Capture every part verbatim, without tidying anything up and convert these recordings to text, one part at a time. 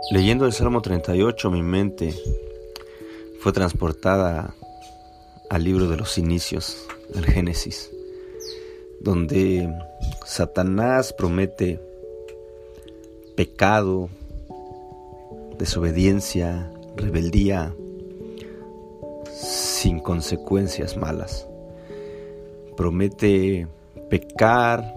Leyendo el Salmo treinta y ocho, mi mente fue transportada al libro de los inicios, al Génesis, donde Satanás promete pecado, desobediencia, rebeldía, sin consecuencias malas. Promete pecar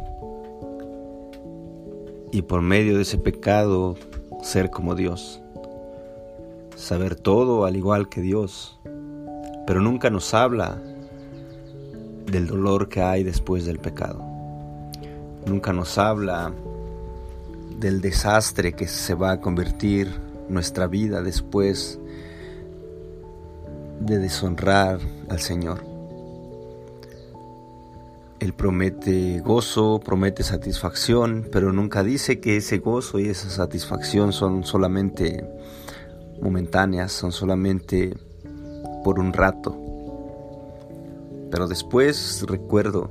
y por medio de ese pecado ser como Dios, saber todo al igual que Dios, pero nunca nos habla del dolor que hay después del pecado. Nunca nos habla del desastre que se va a convertir nuestra vida después de deshonrar al Señor. Él promete gozo, promete satisfacción, pero nunca dice que ese gozo y esa satisfacción son solamente momentáneas, son solamente por un rato. Pero después recuerdo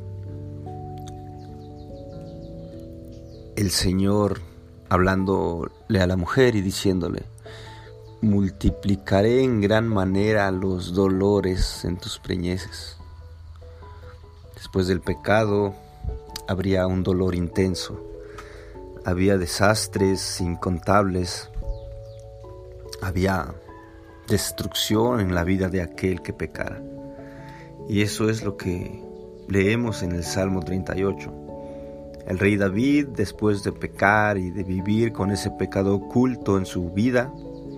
el Señor hablándole a la mujer y diciéndole: multiplicaré en gran manera los dolores en tus preñeces. Después del pecado habría un dolor intenso, había desastres incontables, había destrucción en la vida de aquel que pecara. Y eso es lo que leemos en el Salmo treinta y ocho. El rey David, después de pecar y de vivir con ese pecado oculto en su vida,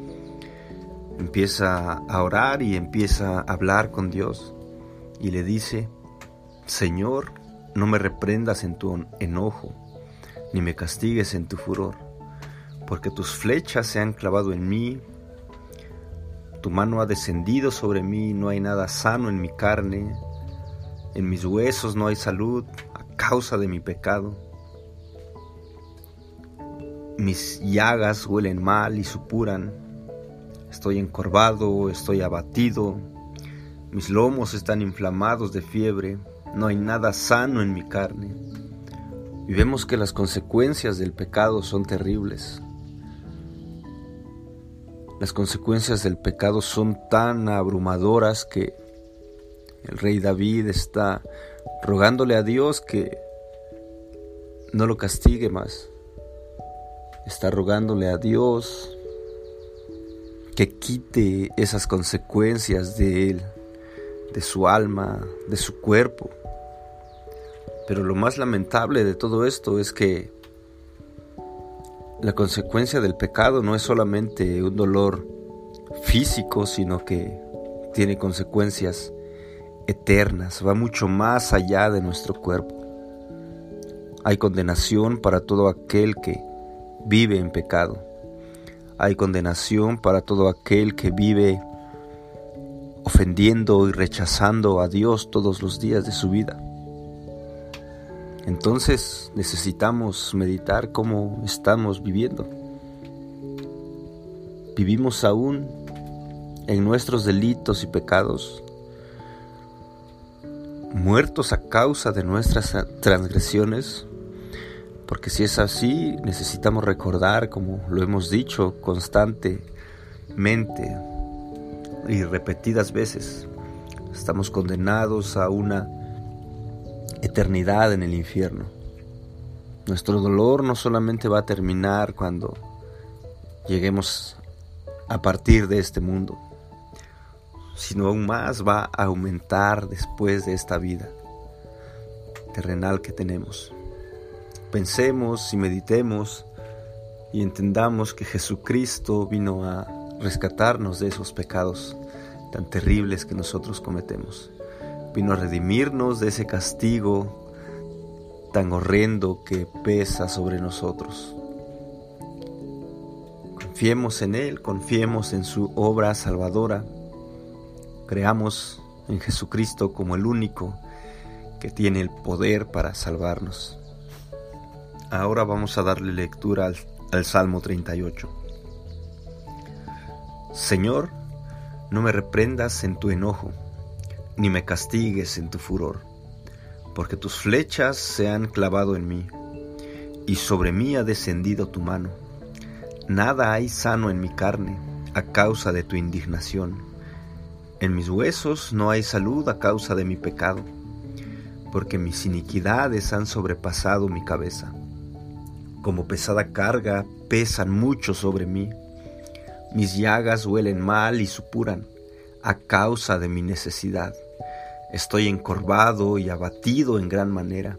empieza a orar y empieza a hablar con Dios y le dice: Señor, no me reprendas en tu enojo, ni me castigues en tu furor, porque tus flechas se han clavado en mí, tu mano ha descendido sobre mí, no hay nada sano en mi carne, en mis huesos no hay salud a causa de mi pecado. Mis llagas huelen mal y supuran, estoy encorvado, estoy abatido, mis lomos están inflamados de fiebre, no hay nada sano en mi carne. Y vemos que las consecuencias del pecado son terribles. Las consecuencias del pecado son tan abrumadoras que el rey David está rogándole a Dios que no lo castigue más. Está rogándole a Dios que quite esas consecuencias de él, de su alma, de su cuerpo. Pero lo más lamentable de todo esto es que la consecuencia del pecado no es solamente un dolor físico, sino que tiene consecuencias eternas, va mucho más allá de nuestro cuerpo. Hay condenación para todo aquel que vive en pecado. Hay condenación para todo aquel que vive ofendiendo y rechazando a Dios todos los días de su vida. Entonces necesitamos meditar cómo estamos viviendo. ¿Vivimos aún en nuestros delitos y pecados, muertos a causa de nuestras transgresiones? Porque si es así, necesitamos recordar, como lo hemos dicho constantemente y repetidas veces, estamos condenados a una eternidad en el infierno. Nuestro dolor no solamente va a terminar cuando lleguemos a partir de este mundo, sino aún más va a aumentar después de esta vida terrenal que tenemos. Pensemos y meditemos y entendamos que Jesucristo vino a rescatarnos de esos pecados tan terribles que nosotros cometemos. Vino a redimirnos de ese castigo tan horrendo que pesa sobre nosotros. Confiemos en Él, confiemos en su obra salvadora. Creamos en Jesucristo como el único que tiene el poder para salvarnos. Ahora vamos a darle lectura al, al Salmo treinta y ocho. Señor, no me reprendas en tu enojo, ni me castigues en tu furor, porque tus flechas se han clavado en mí, y sobre mí ha descendido tu mano. Nada hay sano en mi carne a causa de tu indignación. En mis huesos no hay salud a causa de mi pecado, porque mis iniquidades han sobrepasado mi cabeza. Como pesada carga pesan mucho sobre mí. Mis llagas huelen mal y supuran a causa de mi necesidad. Estoy encorvado y abatido en gran manera,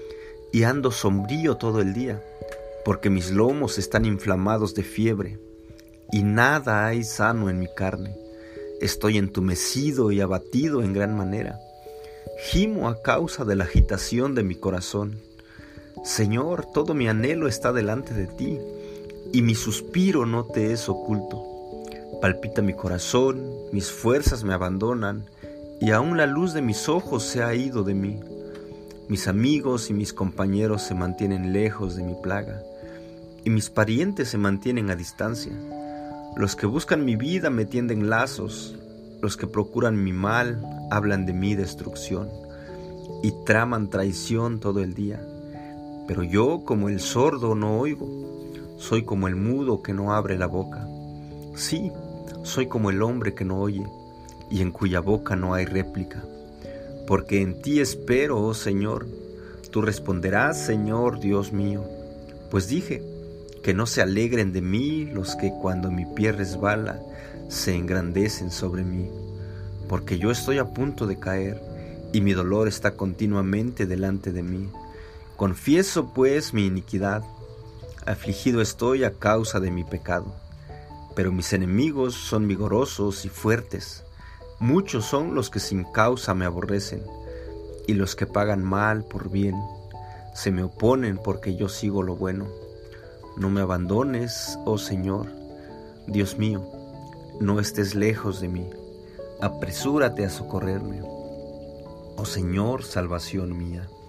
y ando sombrío todo el día, porque mis lomos están inflamados de fiebre, y nada hay sano en mi carne. Estoy entumecido y abatido en gran manera. Gimo a causa de la agitación de mi corazón. Señor, todo mi anhelo está delante de ti, y mi suspiro no te es oculto. Palpita mi corazón, mis fuerzas me abandonan, y aún la luz de mis ojos se ha ido de mí. Mis amigos y mis compañeros se mantienen lejos de mi plaga, y mis parientes se mantienen a distancia. Los que buscan mi vida me tienden lazos, los que procuran mi mal hablan de mi destrucción, y traman traición todo el día. Pero yo, como el sordo, no oigo, soy como el mudo que no abre la boca. Sí, soy como el hombre que no oye, y en cuya boca no hay réplica. Porque en ti espero, oh Señor. Tú responderás, Señor Dios mío. Pues dije, que no se alegren de mí los que cuando mi pie resbala se engrandecen sobre mí. Porque yo estoy a punto de caer, y mi dolor está continuamente delante de mí. Confieso pues mi iniquidad, afligido estoy a causa de mi pecado. Pero mis enemigos son vigorosos y fuertes. Muchos son los que sin causa me aborrecen, y los que pagan mal por bien. Se me oponen porque yo sigo lo bueno. No me abandones, oh Señor, Dios mío, no estés lejos de mí. Apresúrate a socorrerme, oh Señor, salvación mía.